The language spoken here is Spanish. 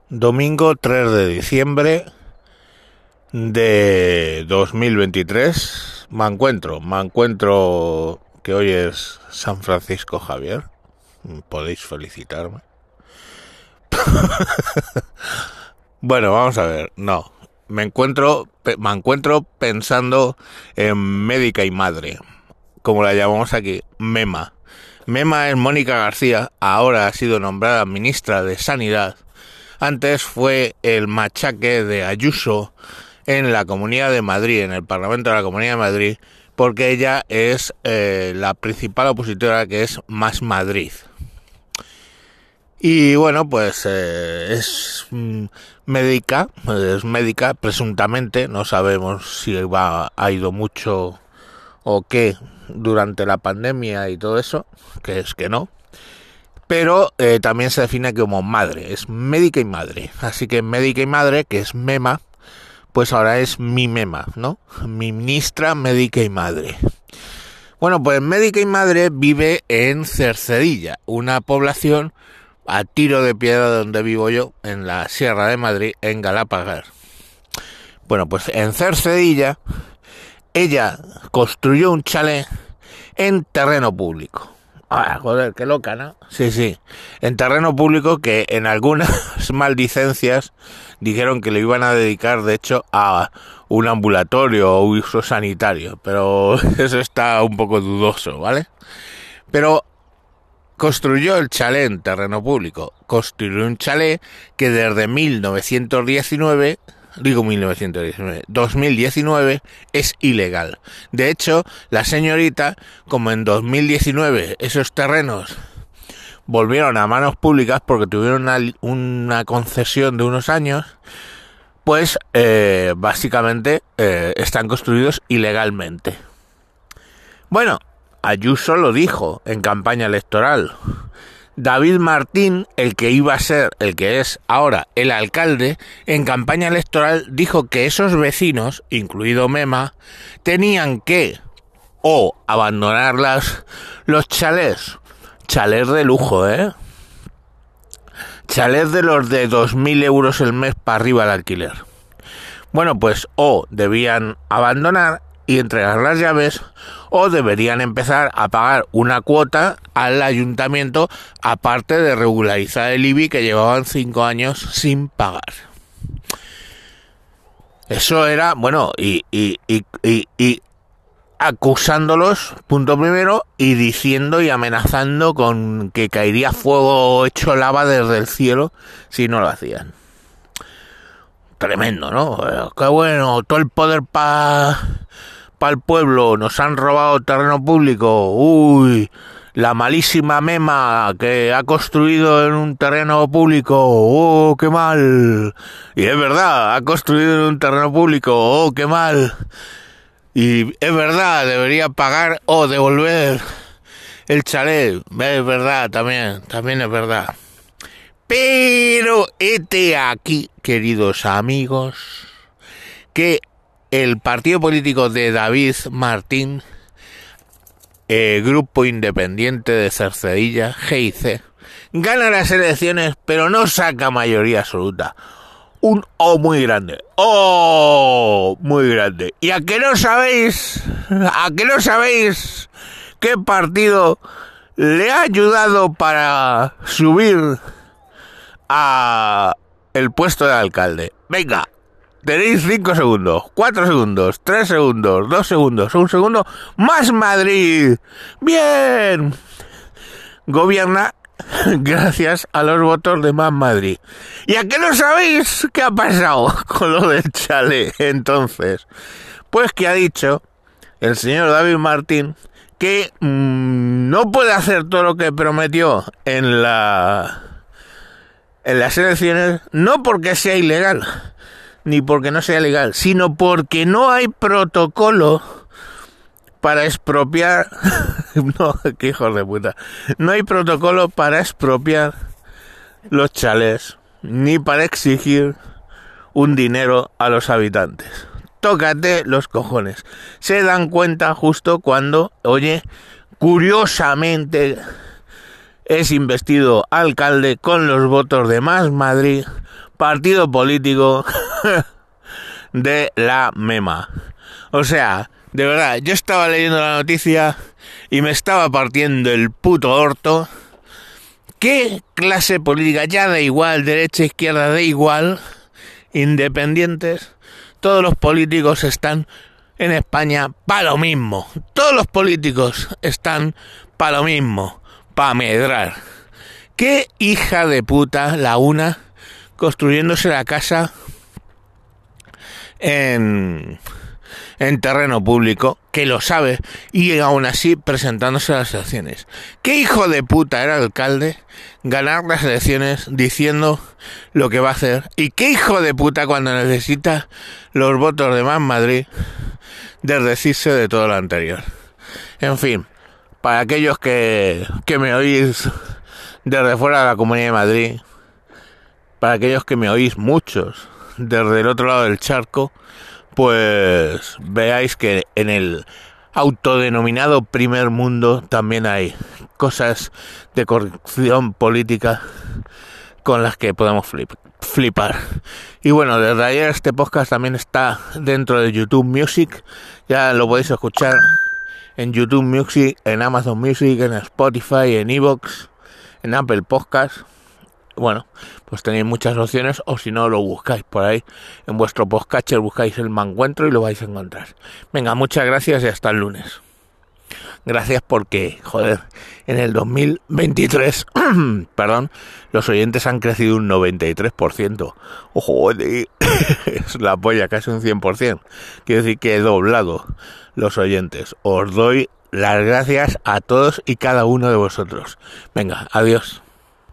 Domingo 3 de diciembre de 2023. Me encuentro que hoy es San Francisco Javier. Podéis felicitarme. Bueno, vamos a ver. No, me encuentro pensando en médica y madre, como la llamamos aquí, Mema. Mema es Mónica García, ahora ha sido nombrada ministra de Sanidad. Antes fue el machaque de Ayuso en la Comunidad de Madrid, en el Parlamento de la Comunidad de Madrid, porque ella es la principal opositora, que es Más Madrid. Y bueno, pues es médica, presuntamente, no sabemos si ha ido mucho o qué durante la pandemia y todo eso, que es que no. Pero también se define como madre, es médica y madre. Así que médica y madre, que es Mema, pues ahora es mi Mema, ¿no? Mi ministra médica y madre. Bueno, pues médica y madre vive en Cercedilla, una población a tiro de piedra de donde vivo yo, en la Sierra de Madrid, en Galapagar. Bueno, pues en Cercedilla, ella construyó un chalet en terreno público. Ah, joder, qué loca, ¿no? Sí, en terreno público, que en algunas maldicencias dijeron que le iban a dedicar, de hecho, a un ambulatorio o uso sanitario, pero eso está un poco dudoso, ¿vale? Pero construyó el chalet en terreno público, construyó un chalet que desde 2019 es ilegal. De hecho, la señorita, como en 2019 esos terrenos volvieron a manos públicas porque tuvieron una concesión de unos años, pues básicamente están construidos ilegalmente. Bueno, Ayuso lo dijo en campaña electoral. David Martín, el que iba a ser, el que es ahora el alcalde, en campaña electoral dijo que esos vecinos, incluido Mema, tenían que o abandonar los chalés de lujo, chalés de los de 2.000 euros el mes para arriba el alquiler. Bueno, pues o debían abandonar y entregar las llaves, o deberían empezar a pagar una cuota al ayuntamiento, aparte de regularizar el IBI que llevaban 5 años sin pagar. Eso era, bueno, y acusándolos, punto primero, y diciendo y amenazando con que caería fuego hecho lava desde el cielo si no lo hacían. Tremendo, ¿no? Qué bueno, todo el poder para el pueblo, nos han robado terreno público, uy, la malísima Mema que ha construido en un terreno público, oh, qué mal, y es verdad, ha construido en un terreno público, oh, qué mal, y es verdad, debería pagar o devolver el chalet, es verdad, también es verdad. Pero hete aquí, queridos amigos, que el partido político de David Martín, Grupo Independiente de Cercedilla, GIC, gana las elecciones, pero no saca mayoría absoluta. Un O muy grande. ¡Oh! Muy grande. ¿Y a qué no sabéis qué partido le ha ayudado para subir a el puesto de alcalde? Venga, tenéis 5 segundos, 4 segundos, 3 segundos, 2 segundos, 1 segundo. ¡Más Madrid! ¡Bien! Gobierna gracias a los votos de Más Madrid. ¿Y a qué no sabéis qué ha pasado con lo del chalet entonces? Pues que ha dicho el señor David Martín que no puede hacer todo lo que prometió en las elecciones, no porque sea ilegal, ni porque no sea legal, sino porque no hay protocolo para expropiar. No, qué hijos de puta. No hay protocolo para expropiar los chalés, ni para exigir un dinero a los habitantes. Tócate los cojones. Se dan cuenta justo cuando, oye, curiosamente es investido alcalde con los votos de Más Madrid, partido político de la mema. O sea, de verdad, yo estaba leyendo la noticia y me estaba partiendo el puto orto. ¿Qué clase política? Ya da igual, derecha, izquierda, da igual, independientes. Todos los políticos están en España para lo mismo. Todos los políticos están para lo mismo, para medrar. ¿Qué hija de puta la una construyéndose la casa en terreno público, que lo sabe, y aún así presentándose a las elecciones? ¿Qué hijo de puta era el alcalde ganar las elecciones diciendo lo que va a hacer? ¿Y qué hijo de puta cuando necesita los votos de Más Madrid desdecirse de todo lo anterior? En fin, para aquellos que me oís desde fuera de la Comunidad de Madrid, para aquellos que me oís muchos desde el otro lado del charco, pues veáis que en el autodenominado primer mundo también hay cosas de corrupción política con las que podemos flipar. Y bueno, desde ayer este podcast también está dentro de YouTube Music. Ya lo podéis escuchar en YouTube Music, en Amazon Music, en Spotify, en iVoox, en Apple Podcast. Bueno, pues tenéis muchas opciones, o si no, lo buscáis por ahí en vuestro podcatcher, buscáis El Manguentro y lo vais a encontrar. Venga, muchas gracias y hasta el lunes. Gracias porque, joder, en el 2023, perdón, los oyentes han crecido un 93%. ¡Ojo, joder! Es la polla, casi un 100%. Quiero decir que he doblado los oyentes. Os doy las gracias a todos y cada uno de vosotros. Venga, adiós.